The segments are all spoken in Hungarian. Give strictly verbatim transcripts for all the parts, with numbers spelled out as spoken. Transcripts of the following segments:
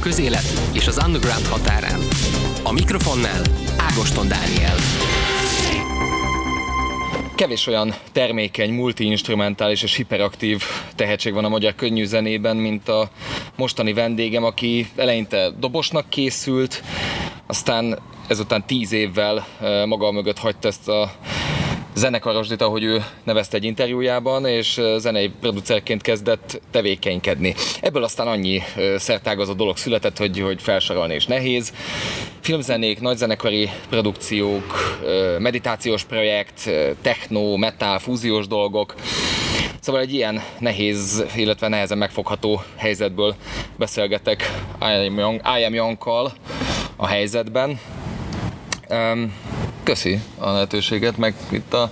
közélet és az underground határán. A mikrofonnál Ágoston Dániel. Kevés olyan termékeny, multi-instrumentális és hiperaktív tehetség van a magyar könnyű zenében, mint a mostani vendégem, aki eleinte dobosnak készült, aztán ezután tíz évvel maga mögött hagyta ezt a zenekarosdit, ahogy ő nevezte egy interjújában, és zenei producerként kezdett tevékenykedni. Ebből aztán annyi szertágazó dolog született, hogy, hogy felsorolni is nehéz. Filmzenék, nagyzenekari produkciók, meditációs projekt, techno, metal, fúziós dolgok. Szóval egy ilyen nehéz, illetve nehezen megfogható helyzetből beszélgetek I Am Young, I Am Young-kal a helyzetben. Um, Köszi a lehetőséget, meg itt a,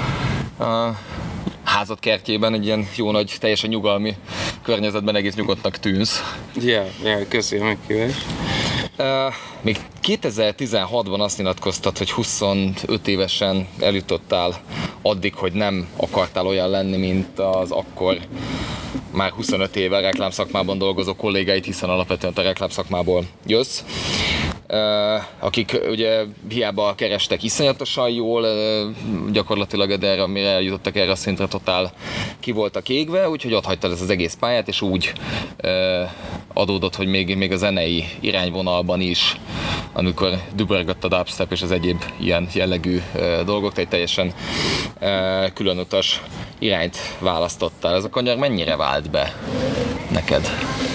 a házad kertjében egy ilyen jó nagy, teljesen nyugalmi környezetben egész nyugodtnak tűnsz. Ja, ja, köszi a meghívást. Uh, még kétezer-tizenhatban azt nyilatkoztad, hogy huszonöt évesen eljutottál addig, hogy nem akartál olyan lenni, mint az akkor már huszonöt éve reklámszakmában dolgozó kollégáid, hiszen alapvetően a reklámszakmából jössz. Uh, akik ugye hiába kerestek iszonyatosan jól, uh, gyakorlatilag erre, amire eljutottak erre a szintre, totál ki voltak égve, úgyhogy ott hagytad ezt az egész pályát, és úgy uh, adódott, hogy még, még a zenei irányvonalban is, amikor dübörgött a dubstep és az egyéb ilyen jellegű uh, dolgok, egy teljesen uh, különutas irányt választottál. Ez a kanyar mennyire vált be neked?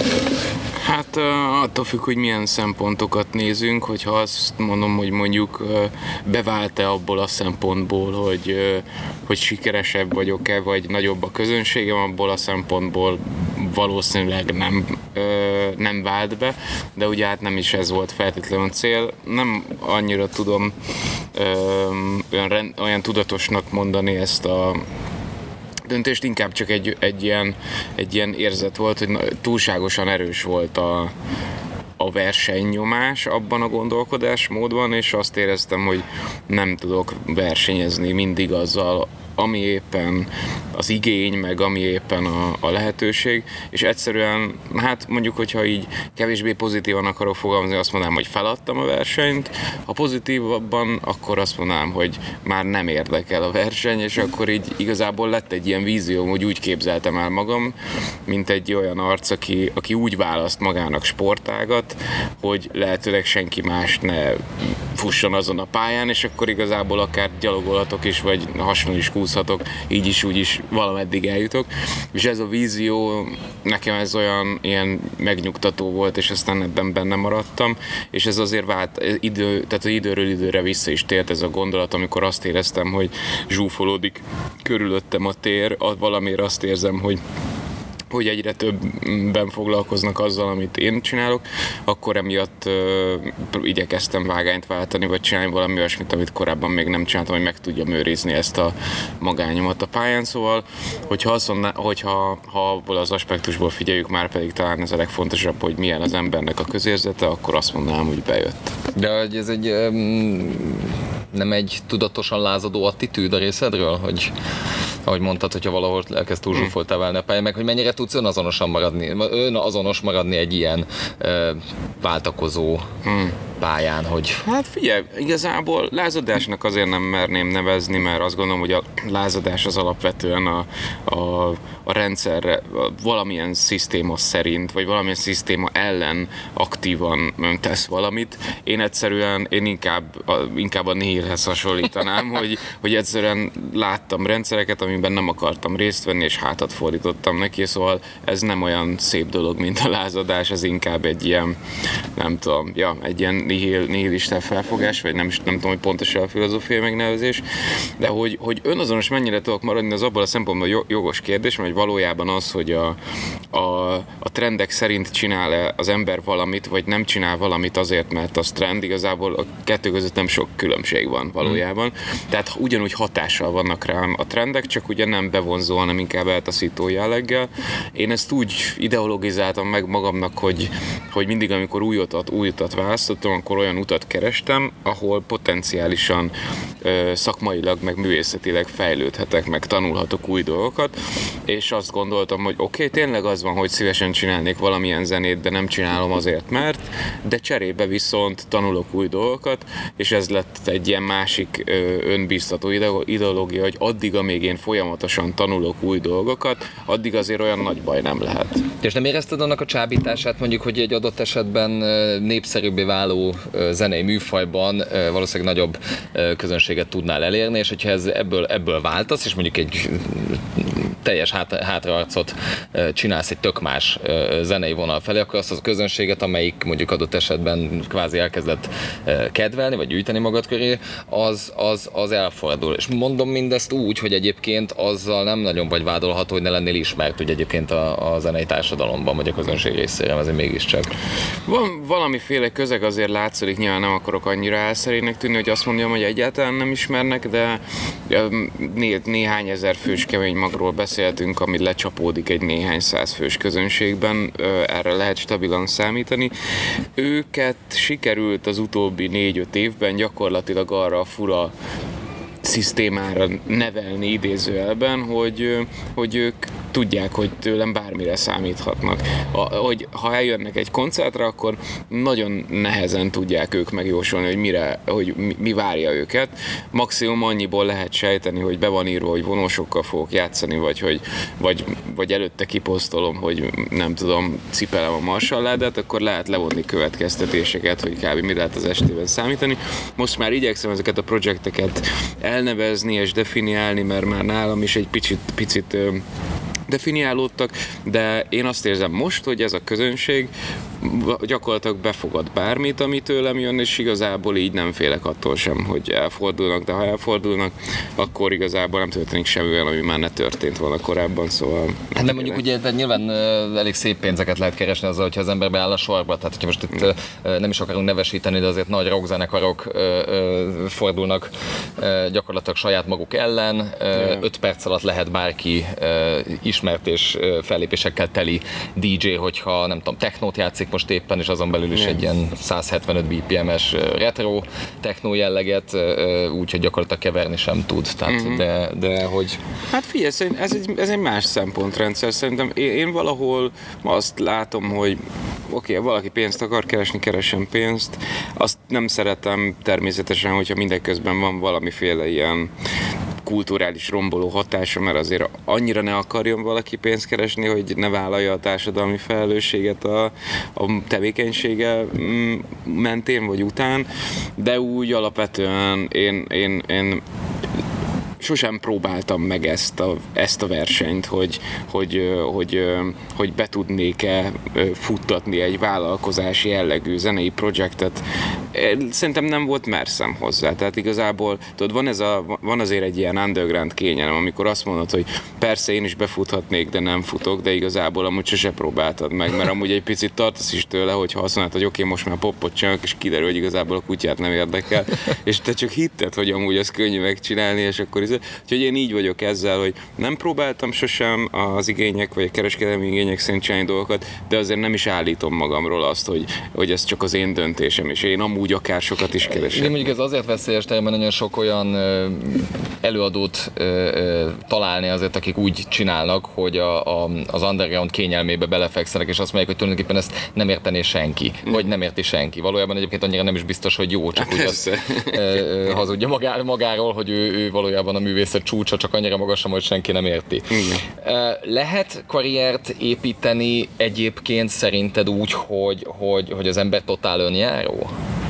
Hát attól függ, hogy milyen szempontokat nézünk, hogyha azt mondom, hogy mondjuk bevált-e abból a szempontból, hogy, hogy sikeresebb vagyok-e, vagy nagyobb a közönségem, abból a szempontból valószínűleg nem, nem vált be, de ugye hát nem is ez volt feltétlenül cél. Nem annyira tudom olyan, olyan tudatosnak mondani ezt a döntést, inkább csak egy, egy, ilyen, egy ilyen érzet volt, hogy túlságosan erős volt a, a versenynyomás abban a gondolkodásmódban, és azt éreztem, hogy nem tudok versenyezni mindig azzal, ami éppen az igény, meg ami éppen a, a lehetőség, és egyszerűen, hát mondjuk, hogyha így kevésbé pozitívan akarok fogalmazni, azt mondanám, hogy feladtam a versenyt, ha pozitívabban, akkor azt mondanám, hogy már nem érdekel a verseny, és akkor így igazából lett egy ilyen vízióm, hogy úgy képzeltem el magam, mint egy olyan arc, aki, aki úgy választ magának sportágat, hogy lehetőleg senki más ne fusson azon a pályán, és akkor igazából akár gyalogolhatok is, vagy hasonló is kúszhatok, így is, úgy is valameddig eljutok. És ez a vízió, nekem ez olyan ilyen megnyugtató volt, és aztán ebben benne maradtam, és ez azért vált idő, tehát időről időre vissza is tért ez a gondolat, amikor azt éreztem, hogy zsúfolódik körülöttem a tér, valamiért azt érzem, hogy hogy egyre többen foglalkoznak azzal, amit én csinálok, akkor emiatt uh, igyekeztem vágányt váltani, vagy csinálni valami olyasmit, amit korábban még nem csináltam, hogy meg tudjam őrizni ezt a magányomat a pályán. Szóval, hogyha, azt mondná, hogyha ha abból az aspektusból figyeljük, már pedig talán ez a legfontosabb, hogy milyen az embernek a közérzete, akkor azt mondanám, hogy bejött. De hogy ez egy um, nem egy tudatosan lázadó attitűd a részedről, hogy ahogy mondtad, hogyha valahol elkezd túl zsúfoltá válni a pályán, meg hogy mennyire tudsz önazonosan maradni, önazonos maradni egy ilyen ö, váltakozó hmm. pályán, hogy... Hát figyelj, igazából lázadásnak azért nem merném nevezni, mert azt gondolom, hogy a lázadás az alapvetően a, a, a rendszerre, a valamilyen szisztéma szerint, vagy valamilyen szisztéma ellen aktívan tesz valamit. Én egyszerűen, én inkább a, inkább a nihilhez hasonlítanám, hogy, hogy egyszerűen láttam rendszereket, amiben nem akartam részt venni, és hátat fordítottam neki, szóval ez nem olyan szép dolog, mint a lázadás, ez inkább egy ilyen, nem tudom, ja, egy ilyen nihil, nihilista felfogás, vagy nem, nem tudom, hogy pontosan a filozófiai megnevezés, de hogy, hogy önazonos mennyire tudok maradni, az abban a szempontból jogos kérdés, mert valójában az, hogy a, a, a trendek szerint csinál-e az ember valamit, vagy nem csinál valamit azért, mert az trend, igazából a kettő között nem sok különbség van valójában. Mm. Tehát ugyanúgy hatással vannak rám a trendek, csak csak ugye nem bevonzó, hanem inkább eltaszító jelleggel. Én ezt úgy ideologizáltam meg magamnak, hogy, hogy mindig, amikor új utat, új utat választottam, akkor olyan utat kerestem, ahol potenciálisan ö, szakmailag, meg művészetileg fejlődhetek, meg tanulhatok új dolgokat, és azt gondoltam, hogy oké, okay, tényleg az van, hogy szívesen csinálnék valamilyen zenét, de nem csinálom azért, mert, de cserébe viszont tanulok új dolgokat, és ez lett egy ilyen másik ö, önbiztató ideológia, hogy addig, amíg én folyamatosan tanulok új dolgokat, addig azért olyan nagy baj nem lehet. És nem érezted annak a csábítását, mondjuk, hogy egy adott esetben népszerűbbé váló zenei műfajban valószínűleg nagyobb közönséget tudnál elérni, és hogyha ez ebből, ebből váltasz, és mondjuk egy teljes hát, hátraarcot csinálsz egy tök más zenei vonal felé, akkor azt a közönséget, amelyik mondjuk adott esetben kvázi elkezdett kedvelni, vagy gyűjteni magad köré, az, az, az elfordul. És mondom mindezt úgy, hogy egyébként azzal nem nagyon vagy vádolható, hogy ne lennél ismert, hogy egyébként a, a zenei társadalomban, vagy a közönség részére, azért mégiscsak. Van valamiféle közeg azért látszik, nyilván nem akarok annyira elszerének tűnni, hogy azt mondjam, hogy egyáltalán nem ismernek, de né, néhány ezer fős kemény magról beszéltünk, ami lecsapódik egy néhány száz fős közönségben, erre lehet stabilan számítani. Őket sikerült az utóbbi négy-öt évben gyakorlatilag arra a fura szisztémára nevelni idézőjelben, hogy, hogy ők tudják, hogy tőlem bármire számíthatnak. A, hogy ha eljönnek egy koncertre, akkor nagyon nehezen tudják ők megjósolni, hogy, mire, hogy mi, mi várja őket. Maximum annyiból lehet sejteni, hogy be van írva, hogy vonósokkal fogok játszani, vagy, hogy, vagy, vagy előtte kiposztolom, hogy nem tudom, cipelem a marsalládát, akkor lehet levonni következtetéseket, hogy kb. Mi lehet az estében számítani. Most már igyekszem ezeket a projekteket elnevezni és definiálni, mert már nálam is egy picit, picit definiálódtak, de én azt érzem most, hogy ez a közönség gyakorlatilag befogad bármit, ami tőlem jön, és igazából így nem félek attól sem, hogy elfordulnak, de ha elfordulnak, akkor igazából nem történik semmi olyan, ami már ne történt volna korábban, szóval... Hát nem mondjuk ugye, de nyilván elég szép pénzeket lehet keresni azzal, hogyha az ember beáll a sorba, tehát hogyha most itt nem is akarunk nevesíteni, de azért nagy rockzenekarok fordulnak gyakorlatilag saját maguk ellen, öt perc alatt lehet bárki ismert és fellépésekkel teli dé dzsé, hogyha nem tudom, technót játszik most éppen, és azon belül is yeah. egy ilyen száz hetvenöt bé pé em-es retro technó jelleget, úgyhogy gyakorlatilag keverni sem tud. Tehát, mm-hmm. de, de hogy... Hát figyelj, ez egy, ez egy más szempontrendszer. Szerintem én, én valahol azt látom, hogy oké, okay, valaki pénzt akar keresni, keressen pénzt. Azt nem szeretem természetesen, hogyha mindeközben van valamiféle ilyen kulturális romboló hatása, mert azért annyira ne akarjon valaki pénzt keresni, hogy ne vállalja a társadalmi felelősséget a, a tevékenysége mentén vagy után, de úgy alapvetően én, én, én sosem próbáltam meg ezt a, ezt a versenyt, hogy, hogy, hogy, hogy be tudnék-e futtatni egy vállalkozási jellegű zenei projektet. Szerintem nem volt merszem hozzá. Tehát igazából tudod, van, ez a, van azért egy ilyen underground kényelem, amikor azt mondod, hogy persze én is befuthatnék, de nem futok, de igazából amúgy sose próbáltad meg, mert amúgy egy picit tartasz is tőle, hogyha azt mondod, hogy oké, okay, most már popot csinálok, és kiderül, hogy igazából a kutyát nem érdekel, és te csak hitted, hogy amúgy az könnyű megcsinálni, és akkor úgyhogy én így vagyok ezzel, hogy nem próbáltam sosem az igények, vagy a kereskedelmi igények szerint csinálni dolgokat, de azért nem is állítom magamról azt, hogy, hogy ez csak az én döntésem, és én amúgy akár sokat is keresem. Én mondjuk ez azért veszélyes, mert nagyon sok olyan előadót találni azért, akik úgy csinálnak, hogy a, a, az underground kényelmébe belefekszenek, és azt mondják, hogy tulajdonképpen ezt nem értené senki, vagy nem érti senki. Valójában egyébként annyira nem is biztos, hogy jó, csak úgy azt hazudja magá, magáról, hogy ő, ő valójában a művészet csúcsa, csak annyira magasan, hogy senki nem érti. Igen. Lehet karriert építeni egyébként szerinted úgy, hogy, hogy, hogy az ember totál önjáró?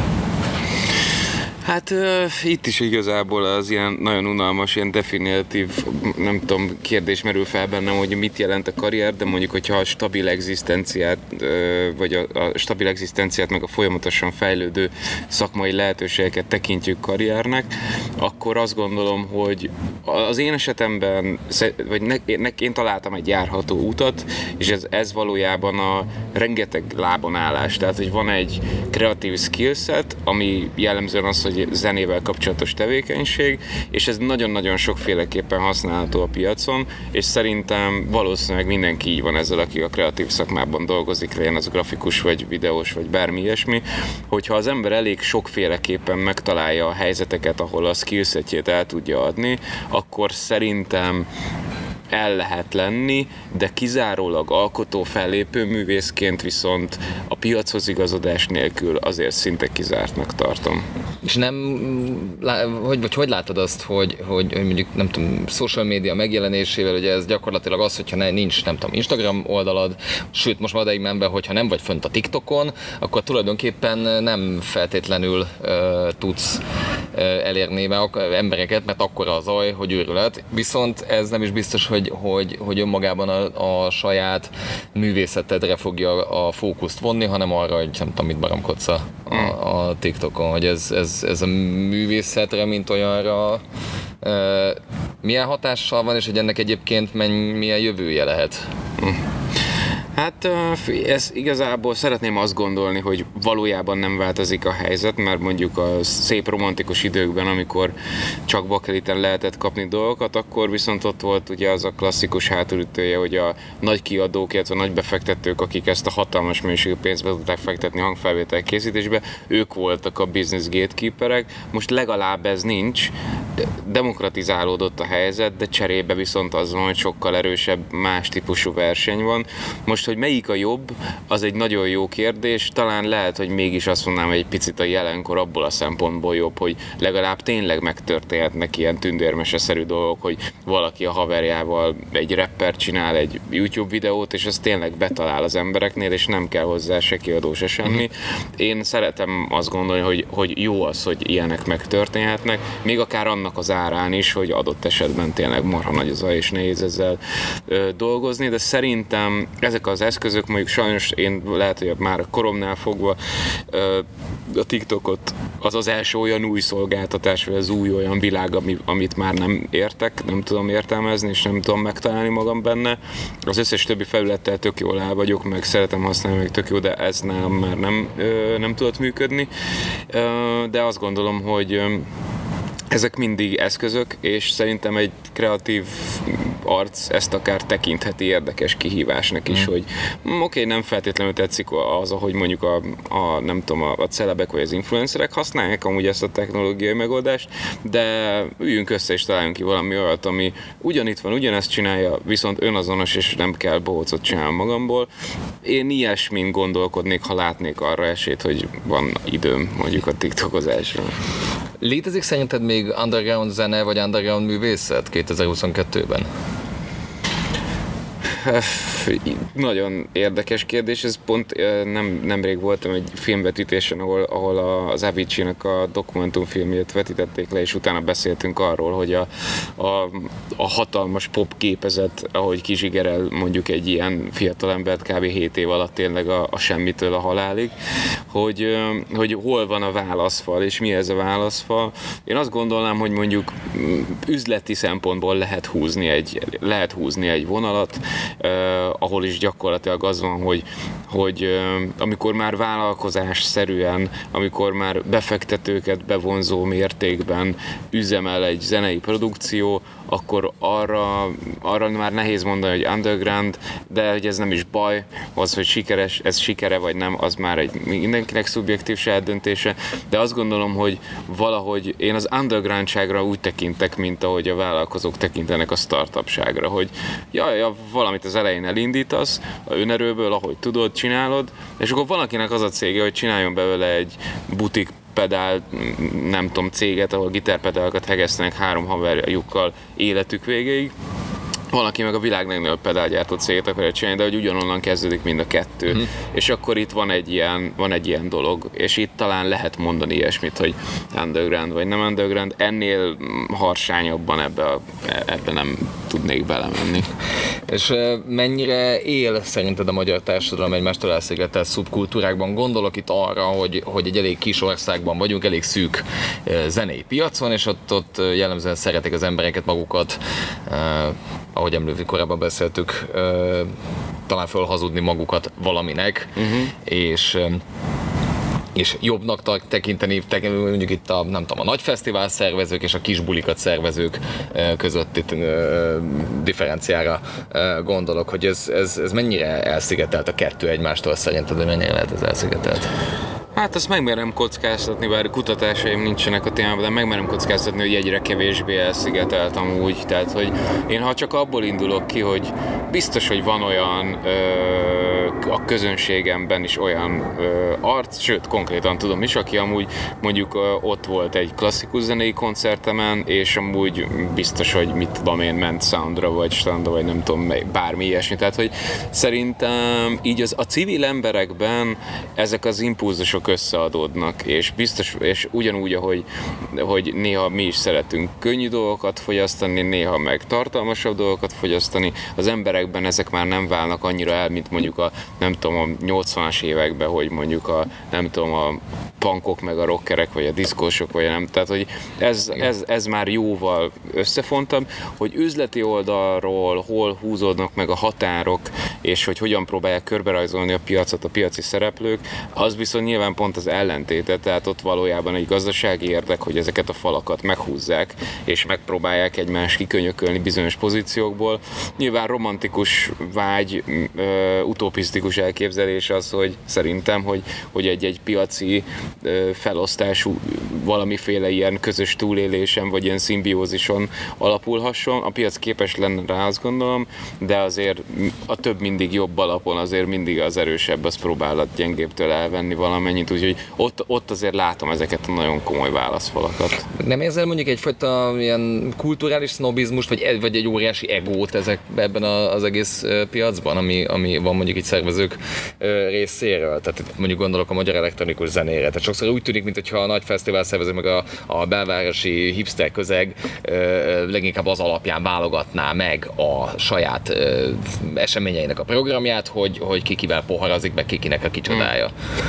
Hát uh, itt is igazából az ilyen nagyon unalmas, ilyen definitív, nem tudom, kérdés merül fel bennem, hogy mit jelent a karrier, de mondjuk, hogyha a stabil egzisztenciát, uh, vagy a, a stabil egzisztenciát, meg a folyamatosan fejlődő szakmai lehetőségeket tekintjük karriernek, akkor azt gondolom, hogy az én esetemben, vagy ne, ne, én találtam egy járható utat, és ez, ez valójában a rengeteg lábon állás. Tehát, hogy van egy kreatív skillset, ami jellemzően az, hogy zenével kapcsolatos tevékenység, és ez nagyon-nagyon sokféleképpen használható a piacon, és szerintem valószínűleg mindenki így van ezzel, aki a kreatív szakmában dolgozik, legyen az grafikus, vagy videós, vagy bármi ilyesmi, hogyha az ember elég sokféleképpen megtalálja a helyzeteket, ahol a skillsetjét el tudja adni, akkor szerintem el lehet lenni, de kizárólag alkotó fellépő művészként viszont a piachoz igazodás nélkül azért szinte kizártnak tartom. És nem, hogy, vagy hogy látod azt, hogy, hogy mondjuk nem tudom, social media megjelenésével, ugye ez gyakorlatilag az, hogyha ne, nincs nem tudom, Instagram oldalad, sőt most már odaig menve, hogyha nem vagy fönt a TikTokon, akkor tulajdonképpen nem feltétlenül uh, tudsz uh, elérni embereket, mert akkora a zaj, hogy őrület. Viszont ez nem is biztos, hogy Hogy, hogy önmagában a, a saját művészetedre fogja a fókuszt vonni, hanem arra, hogy nem tudom, mit baramkodsz a, a, a TikTokon, hogy ez, ez, ez a művészetre, mint olyanra e, milyen hatással van, és hogy ennek egyébként menny, milyen jövője lehet? Hát ez igazából szeretném azt gondolni, hogy valójában nem változik a helyzet, mert mondjuk a szép romantikus időkben, amikor csak bakeliten lehetett kapni dolgokat, akkor viszont ott volt ugye az a klasszikus hátulütője, hogy a nagy kiadók, illetve a nagy befektetők, akik ezt a hatalmas mennyiségű pénzt be tudták fektetni hangfelvétel készítésbe, ők voltak a business gatekeeperek. Most legalább ez nincs, demokratizálódott a helyzet, de cserébe viszont az van, hogy sokkal erősebb más típusú verseny van. Most, hogy melyik a jobb, az egy nagyon jó kérdés, talán lehet, hogy mégis azt mondanám, hogy egy picit a jelenkor abból a szempontból jobb, hogy legalább tényleg megtörténhetnek ilyen tündérmeseszerű dolgok, hogy valaki a haverjával egy rapper csinál egy YouTube videót, és ez tényleg betalál az embereknél, és nem kell hozzá se kiadó, se semmi. Én szeretem azt gondolni, hogy, hogy jó az, hogy ilyenek megtörténhetnek, még akár annak az árán is, hogy adott esetben tényleg marha nagy az zaj, és nehéz ezzel ö, dolgozni, de szerintem ezek az eszközök, mondjuk sajnos én lehet, hogy már a koromnál fogva ö, a TikTokot az az első olyan új szolgáltatás, vagy az új olyan világ, ami, amit már nem értek, nem tudom értelmezni, és nem tudom megtalálni magam benne. Az összes többi felülettel tök jól el vagyok, meg szeretem használni, meg tök jó, de ez nálam már nem, ö, nem tudott működni. Ö, de azt gondolom, hogy ö, ezek mindig eszközök, és szerintem egy kreatív arc ezt akár tekintheti érdekes kihívásnak is, mm. hogy oké, okay, nem feltétlenül tetszik az, ahogy mondjuk a, a nem tudom, a, a celebek vagy az influencerek használják amúgy ezt a technológiai megoldást, de üljünk össze és találjunk ki valami olyat, ami ugyanitt van, ugyanezt csinálja, viszont önazonos, és nem kell bohócot csinálni magamból. Én ilyesmin gondolkodnék, ha látnék arra esélyt, hogy van időm mondjuk a tiktokozásra. Létezik szerinted még underground zene vagy underground művészet kétezer-huszonkettőben? Nagyon érdekes kérdés, ez pont nem, nemrég voltam egy filmvetítésen, ahol, ahol az Avicii-nak a dokumentumfilmjét vetítették le, és utána beszéltünk arról, hogy a, a, a hatalmas pop képezet, ahogy kizsigerel mondjuk egy ilyen fiatalembert kb. hét év alatt tényleg a, a semmitől a halálig, hogy, hogy hol van a válaszfal, és mi ez a válaszfal. Én azt gondolnám, hogy mondjuk üzleti szempontból lehet húzni egy, lehet húzni egy vonalat, Uh, ahol is gyakorlatilag az van, hogy, hogy uh, amikor már vállalkozásszerűen, amikor már befektetőket bevonzó mértékben üzemel egy zenei produkció, akkor arra, arra már nehéz mondani, hogy underground, de hogy ez nem is baj, az, hogy sikeres, ez sikere vagy nem, az már egy mindenkinek szubjektív saját döntése, de azt gondolom, hogy valahogy én az undergroundságra úgy tekintek, mint ahogy a vállalkozók tekintenek a startupságra, hogy jaj, ja, valamit az elején elindítasz, a önerőből, ahogy tudod, csinálod, és akkor valakinek az a cége, hogy csináljon belőle egy butik pedál, nem tudom, céget, ahol gitárpedálokat hegesztenek három haverjukkal életük végéig. Valaki meg a világ legnagyobb pedálgyártó céget akarja csinálni, de hogy ugyanonnan kezdődik mind a kettő. Mm. És akkor itt van egy, ilyen, van egy ilyen dolog, és itt talán lehet mondani ilyesmit, hogy underground vagy nem underground, ennél harsányabban ebbe, a, ebbe nem tudnék belemenni. És mennyire él szerinted a magyar társadalom egymástól elszigetelt szubkultúrákban? Gondolok itt arra, hogy, hogy egy elég kis országban vagyunk, elég szűk zenei piacon, és ott, ott jellemzően szeretik az embereket magukat, eh, ahogy említve korábban beszéltük, eh, talán fölhazudni magukat valaminek, uh-huh. és és jobbnak tekinteni, mondjuk itt a, nem tudom, a nagy fesztivál szervezők és a kis bulikat szervezők közötti differenciára gondolok, hogy ez, ez, ez mennyire elszigetelt a kettő egymástól szerinted, de mennyire lehet ez elszigetelt? Hát azt megmerem kockáztatni, bár kutatásaim nincsenek a témában, de megmerem kockáztatni, hogy egyre kevésbé elszigetelt amúgy. Tehát, hogy én ha csak abból indulok ki, hogy biztos, hogy van olyan ö, a közönségemben is olyan ö, arc, sőt, konkrétan tudom is, aki amúgy mondjuk ö, ott volt egy klasszikus zenei koncertemen, és amúgy biztos, hogy mit tudom én, ment soundra, vagy standra, vagy nem tudom, bármi ilyesmi. Tehát, hogy szerintem így az, a civil emberekben ezek az impulzusok összeadódnak, és biztos, és ugyanúgy, ahogy hogy néha mi is szeretünk könnyű dolgokat fogyasztani, néha meg tartalmasabb dolgokat fogyasztani, az emberekben ezek már nem válnak annyira el, mint mondjuk a, nem tudom, a nyolcvanas években, hogy mondjuk a, nem tudom, a punkok, meg a rockerek, vagy a diszkósok, vagy nem, tehát, hogy ez, ez, ez már jóval összefontabb, hogy üzleti oldalról hol húzódnak meg a határok, és hogy hogyan próbálják körberajzolni a piacot a piaci szereplők, az viszont nyilván pont az ellentéte, tehát ott valójában egy gazdasági érdek, hogy ezeket a falakat meghúzzák, és megpróbálják egymást kikönyökölni bizonyos pozíciókból. Nyilván romantikus vágy, ö, utopisztikus elképzelés az, hogy szerintem, hogy, hogy egy-egy piaci ö, felosztású valamiféle ilyen közös túlélésen, vagy ilyen szimbiózison alapulhasson. A piac képes lenne rá, azt gondolom, de azért a több mindig jobb alapon, azért mindig az erősebb, az próbál a gyengébbtől elvenni valamennyit, úgyhogy ott, ott azért látom ezeket a nagyon komoly válaszfalakat. Nem érzel mondjuk egyfajta ilyen kulturális sznobizmust, vagy, vagy egy óriási egót ezek, ebben az egész piacban, ami, ami van mondjuk itt szervezők részéről? Tehát mondjuk gondolok a magyar elektronikus zenére. Tehát sokszor úgy tűnik, mintha a nagy fesztivál szervező, meg a, a belvárosi hipster közeg leginkább az alapján válogatná meg a saját eseményeinek a programját, hogy, hogy ki kivel poharazik, meg kikinek a kicsodája.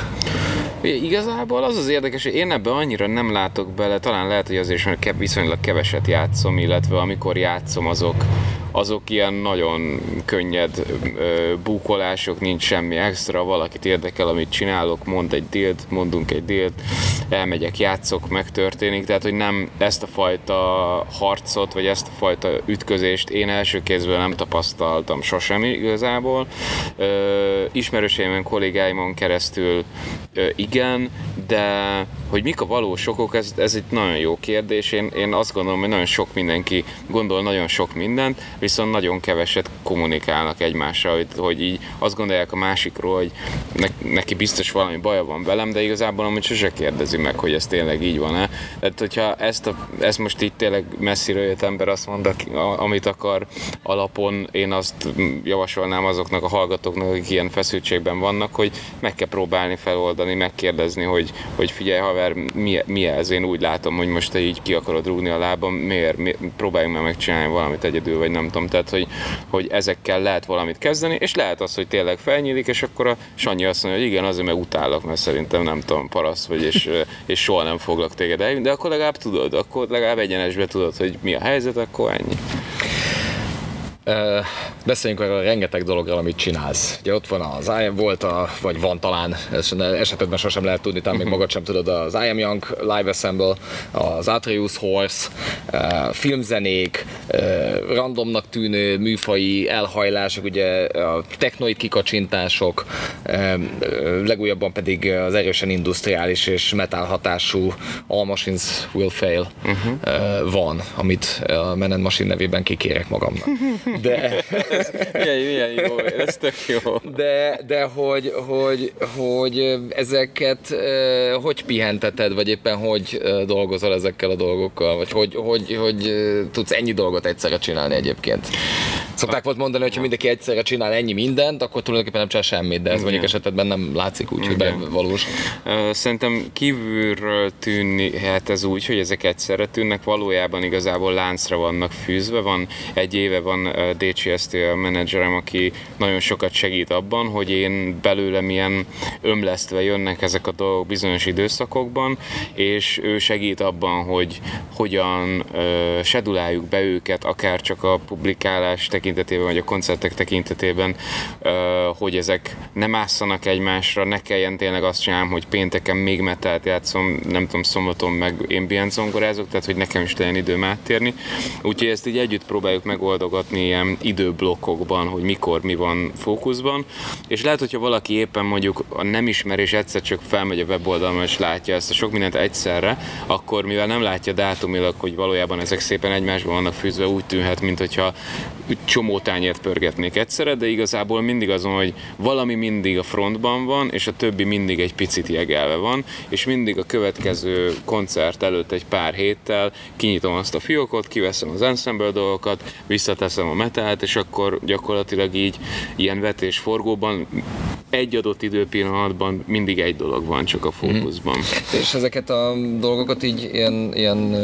Igazából az az érdekes, hogy én ebben annyira nem látok bele, talán lehet, hogy azért is, mert viszonylag keveset játszom, illetve amikor játszom, azok, azok ilyen nagyon könnyed ö, búkolások, nincs semmi extra, valakit érdekel, amit csinálok, mond egy dílt, mondunk egy dílt, elmegyek, játszok, megtörténik, tehát hogy nem ezt a fajta harcot, vagy ezt a fajta ütközést én első kézből nem tapasztaltam sosem igazából. Ö, ismerőseimen, kollégáimon keresztül ö, igen, de hogy mik a valós okok, ez, ez egy nagyon jó kérdés. Én, én azt gondolom, hogy nagyon sok mindenki gondol nagyon sok mindent, viszont nagyon keveset kommunikálnak egymással, hogy, hogy így azt gondolják a másikról, hogy ne, neki biztos valami baja van velem, de igazából amúgy sose kérdezi meg, hogy ez tényleg így van-e. Tehát, hogyha ezt, a, ezt most így tényleg messziről jött ember azt mond, amit akar alapon, én azt javasolnám azoknak a hallgatóknak, akik ilyen feszültségben vannak, hogy meg kell próbálni feloldani, megkérdezni, hogy, hogy figyelj haver, mi, mi ez? Én úgy látom, hogy most te így ki akarod rúgni a lábam, miért? miért? Próbáljunk meg megcsinálni valamit egyedül, vagy nem tudom. Tehát, hogy, hogy ezekkel lehet valamit kezdeni, és lehet az, hogy tényleg felnyílik, és akkor a Sanyi azt mondja, hogy igen, azért meg utállak, mert szerintem nem tudom, paraszt vagy, és, és soha nem foglak téged el, de akkor legalább tudod, akkor legalább egyenesben tudod, hogy mi a helyzet, akkor ennyi. Uh, beszéljünk arról a rengeteg dologról, amit csinálsz. Ugye ott van az I Am, volt a, vagy van talán, esetedben sosem lehet tudni, talán még magad sem tudod, az I Am Young Live Assemble, az Atreus Horse, uh, filmzenék, uh, randomnak tűnő műfaji elhajlások, ugye a technoid kikacsintások, uh, legújabban pedig az erősen industriális és metal hatású All Machines Will Fail uh-huh. uh, van, amit a Men and Machine nevében kikérek magamnak. De... milyen, milyen jó, ez tök jó. De, de hogy, hogy, hogy ezeket hogy pihenteted, vagy éppen hogy dolgozol ezekkel a dolgokkal, vagy hogy, hogy, hogy tudsz ennyi dolgot egyszerre csinálni egyébként? Szokták volt mondani, hogy ha mindenki egyszerre csinál ennyi mindent, akkor tulajdonképpen nem csinál semmit, de ez mondjuk esetedben nem látszik úgy, hogy valós. Szerintem kívülről tűnni, hát ez úgy, hogy ezek egyszerre tűnnek, valójában igazából láncra vannak fűzve, van egy éve van dé cé es té a menedzserem, aki nagyon sokat segít abban, hogy én belőlem ilyen ömlesztve jönnek ezek a dolgok bizonyos időszakokban, és ő segít abban, hogy hogyan uh, seduláljuk be őket, akár csak a publikálás tekintetében, tekintetében, vagy a koncertek tekintetében, hogy ezek nem ásszanak egymásra, ne kelljen tényleg azt csinálnom, hogy pénteken még metalt játszom, nem tudom, szombaton meg ambient zongorázok, tehát hogy nekem is legyen időm áttérni. Úgyhogy ezt így együtt próbáljuk megoldogatni ilyen időblokkokban, hogy mikor mi van fókuszban, és lehet, hogyha valaki éppen mondjuk a nem ismer, és egyszer csak felmegy a weboldalon, és látja ezt a sok mindent egyszerre, akkor mivel nem látja dátumilag, hogy valójában ezek szépen egymásban vannak fűzve, úgy tűnhet, mintha csomó tányért pörgetnék egyszerre, de igazából mindig azon, hogy valami mindig a frontban van, és a többi mindig egy picit jegelve van, és mindig a következő koncert előtt egy pár héttel kinyitom azt a fiókot, kiveszem az ensemble dolgokat, visszateszem a metalt, és akkor gyakorlatilag így ilyen vetésforgóban egy adott időpillanatban mindig egy dolog van csak a fókuszban. Mm. És ezeket a dolgokat így ilyen, ilyen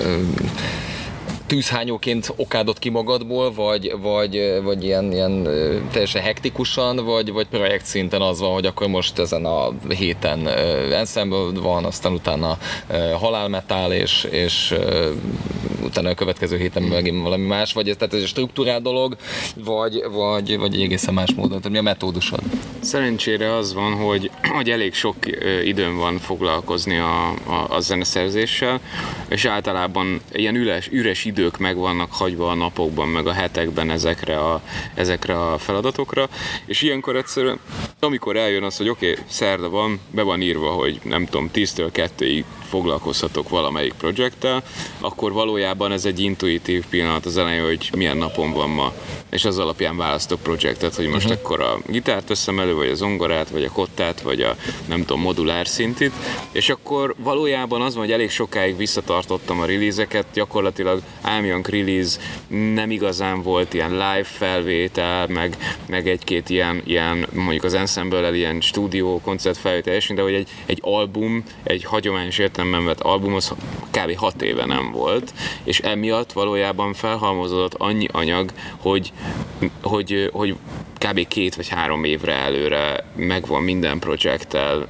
tűzhányóként okádod ki magadból, vagy, vagy, vagy ilyen, ilyen teljesen hektikusan, vagy, vagy projekt szinten az van, hogy akkor most ezen a héten ensemble van, aztán utána halálmetál, és, és utána a következő héten megint valami más, vagy ez, tehát ez egy struktúrál dolog, vagy, vagy, vagy egy egészen más módon, tehát mi a metódusod? Szerencsére az van, hogy, hogy elég sok időm van foglalkozni a, a, a zeneszerzéssel, és általában ilyen üres, üres idők meg vannak hagyva a napokban, meg a hetekben ezekre a, ezekre a feladatokra, és ilyenkor egyszerűen, amikor eljön az, hogy oké, okay, szerda van, be van írva, hogy nem tudom, tíztől kettőig foglalkozhatok valamelyik projekttel, akkor valójában ez egy intuitív pillanat az elején, hogy milyen napon van ma, és az alapján választok projektet, hogy most uh-huh. akkor a gitárt veszem elő, vagy a zongorát, vagy a kottát, vagy a nem tudom, modulár szintit, és akkor valójában az van, hogy elég sokáig visszatartottam a release-eket, gyakorlatilag Álmjank release nem igazán volt ilyen live felvétel, meg, meg egy-két ilyen, ilyen mondjuk az ensemble-el ilyen stúdió koncert felvétel, de hogy egy, egy album, egy hagyományos értelemben vett album, az kb. hat éve nem volt, és emiatt valójában felhalmozódott annyi anyag, hogy, hogy, hogy kb. két vagy három évre előre megvan minden projekttel,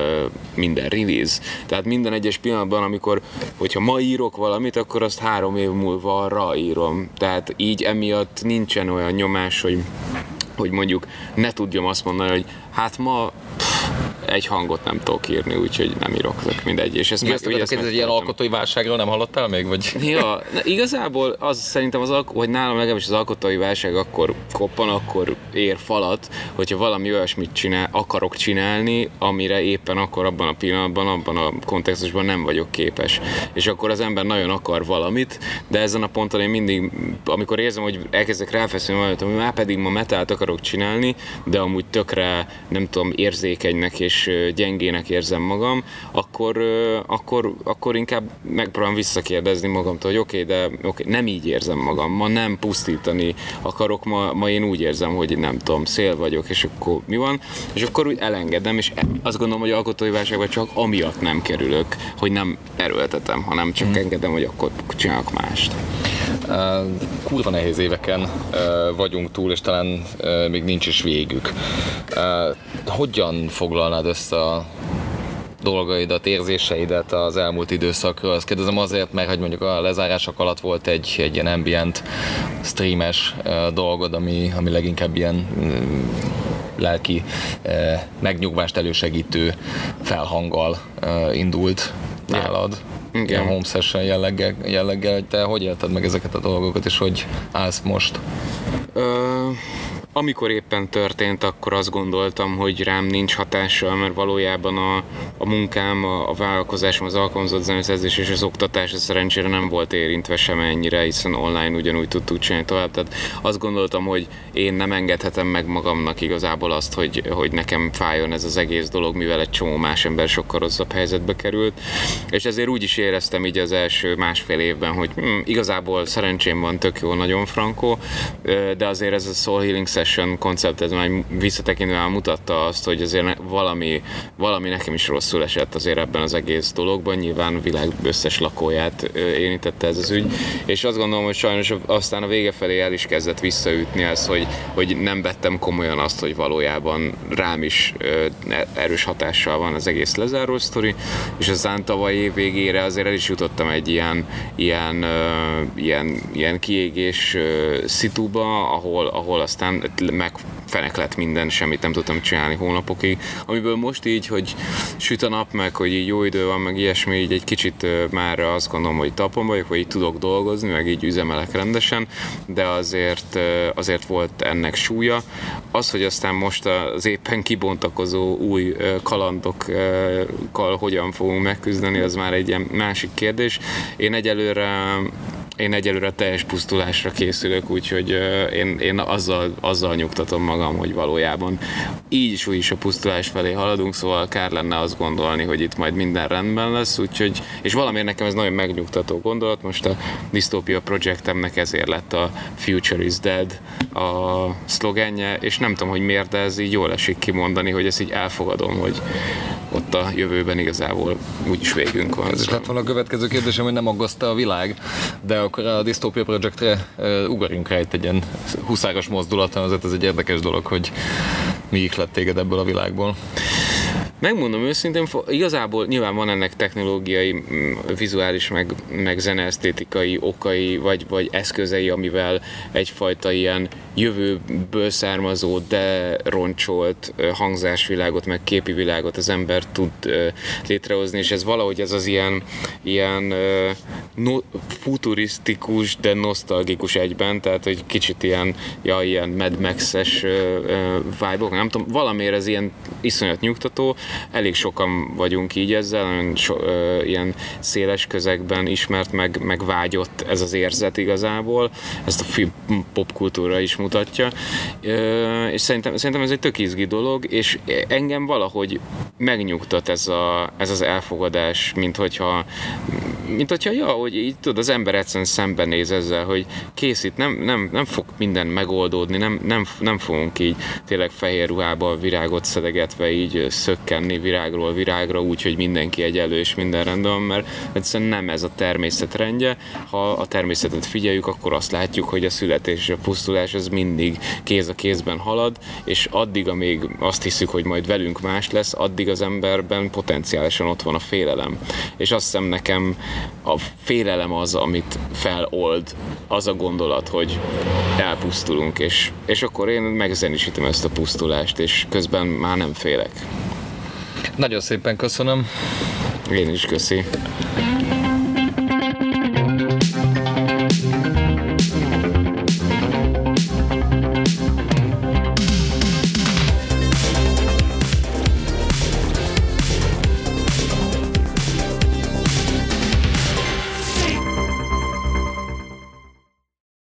minden release. Tehát minden egyes pillanatban, amikor, hogyha ma írok valamit, akkor azt három év múlva arra írom. Tehát így emiatt nincsen olyan nyomás, hogy, hogy mondjuk ne tudjam azt mondani, hogy hát ma pff, egy hangot nem tudok írni, úgyhogy nem írok, mindegy. És ezt, ezt, meg, ezt ez egy ilyen alkotói válságról nem hallottál még? Vagy? Ja, igazából az szerintem, az, hogy nálam legalábbis az alkotói válság akkor koppan, akkor ér falat, hogyha valami olyasmit csinál, akarok csinálni, amire éppen akkor abban a pillanatban, abban a kontextusban nem vagyok képes. És akkor az ember nagyon akar valamit, de ezen a ponton én mindig, amikor érzem, hogy elkezdek ráfeszülni valamit, ami már pedig ma metált akarok csinálni, de amúgy tökre, nem tudom, érzékenynek és gyengének érzem magam, akkor, akkor, akkor inkább megpróbálom visszakérdezni magamtól, hogy oké, okay, de okay, nem így érzem magam, ma nem pusztítani akarok, ma, ma én úgy érzem, hogy nem tudom, szél vagyok, és akkor mi van, és akkor úgy elengedem, és azt gondolom, hogy alkotói válságban csak amiatt nem kerülök, hogy nem erőltetem, hanem csak hmm. engedem, hogy akkor csinálok mást. Uh, kurva nehéz éveken uh, vagyunk túl, és talán uh, még nincs is végük. Uh, hogyan foglalnád össze a dolgaidat, érzéseidet az elmúlt időszakról? Azt kérdezem azért, mert hogy mondjuk a lezárások alatt volt egy, egy ilyen ambient streames uh, dolgod, ami, ami leginkább ilyen um, lelki uh, megnyugvást elősegítő felhanggal uh, indult nálad. Igen. Ilyen home session jelleggel, jelleggel, hogy te hogy élted meg ezeket a dolgokat, és hogy állsz most? Ö, amikor éppen történt, akkor azt gondoltam, hogy rám nincs hatással, mert valójában a, a munkám, a, a vállalkozásom, az alkalmazott zeneszerzés és az oktatás szerencsére nem volt érintve sem ennyire, hiszen online ugyanúgy tudtuk csinálni tovább. Tehát azt gondoltam, hogy én nem engedhetem meg magamnak igazából azt, hogy, hogy nekem fájjon ez az egész dolog, mivel egy csomó más ember sokkal rosszabb helyzetbe került. És ezért úgy is éreztem így az első másfél évben, hogy hm, igazából szerencsém van, tök jó, nagyon frankó, de azért ez a Soul Healing Succession koncept, ez már visszatekintve már mutatta azt, hogy azért valami, valami nekem is rosszul esett azért ebben az egész dologban, nyilván a világ összes lakóját érintette ez az ügy, és azt gondolom, hogy sajnos aztán a vége felé el is kezdett visszaütni ez, hogy, hogy nem vettem komolyan azt, hogy valójában rám is erős hatással van az egész lezáró sztori, és aztán tavaly év végére azért el is jutottam egy ilyen, ilyen, ilyen, ilyen kiégés szituba, ahol, ahol aztán megfenek lett minden, semmit nem tudtam csinálni hónapokig, amiből most így, hogy süt a nap, meg hogy így jó idő van, meg ilyesmi, így egy kicsit már azt gondolom, hogy talpon vagyok, vagy így tudok dolgozni, meg így üzemelek rendesen, de azért, azért volt ennek súlya. Az, hogy aztán most az éppen kibontakozó új kalandokkal hogyan fogunk megküzdeni, az már egy ilyen másik kérdés. Én egyelőre Én egyelőre teljes pusztulásra készülök, úgyhogy én, én azzal, azzal nyugtatom magam, hogy valójában így is úgy is a pusztulás felé haladunk, szóval kár lenne azt gondolni, hogy itt majd minden rendben lesz, úgyhogy, és valamiért nekem ez nagyon megnyugtató gondolat, most a Dystopia Projectemnek ezért lett a Future is Dead a szlogenje, és nem tudom, hogy miért, de ez így jól esik kimondani, hogy ezt így elfogadom, hogy ott a jövőben igazából úgyis végünk van. Ez is lett volna a következő kérdésem, hogy nem aggaszta a világ, de akkor a Dystopia Projectre uh, ugorjunk rá itt egy ilyen huszáros mozdulaton, azért ez egy érdekes dolog, hogy mi ihlet téged ebből a világból. Megmondom őszintén, igazából nyilván van ennek technológiai, vizuális, meg, meg zeneesztétikai okai, vagy, vagy eszközei, amivel egyfajta ilyen jövőből származó, de roncsolt hangzásvilágot, meg képi világot az ember tud létrehozni, és ez valahogy ez az ilyen, ilyen no, futurisztikus, de nosztalgikus egyben, tehát hogy kicsit ilyen, ja, ilyen Mad Max-es vibe-ok, nem tudom, valamiért ez ilyen iszonyat nyugtató. Elég sokan vagyunk így ezzel, so, ö, ilyen széles közegben ismert, meg, meg vágyott ez az érzet igazából, ezt a film popkultúra is mutatja, ö, és szerintem, szerintem ez egy tök izgi dolog, és engem valahogy megnyugtat ez, a, ez az elfogadás, mint hogyha, mint hogyha ja, hogy így tudod, az ember egyszerűen szembenéz ezzel, hogy készít, nem, nem, nem fog minden megoldódni, nem, nem, nem fogunk így tényleg fehér ruhába virágot szedegetve így szökkenni virágról virágra, úgy, hogy mindenki egyenlő és minden rendben, mert egyszerűen nem ez a természet rendje. Ha a természetet figyeljük, akkor azt látjuk, hogy a születés és a pusztulás az mindig kéz a kézben halad, és addig, amíg azt hiszük, hogy majd velünk más lesz, addig az emberben potenciálisan ott van a félelem. És azt hiszem nekem a félelem az, amit felold, az a gondolat, hogy elpusztulunk, és, és akkor én megzenisítem ezt a pusztulást, és közben már nem félek. Nagyon szépen köszönöm. Én is köszi.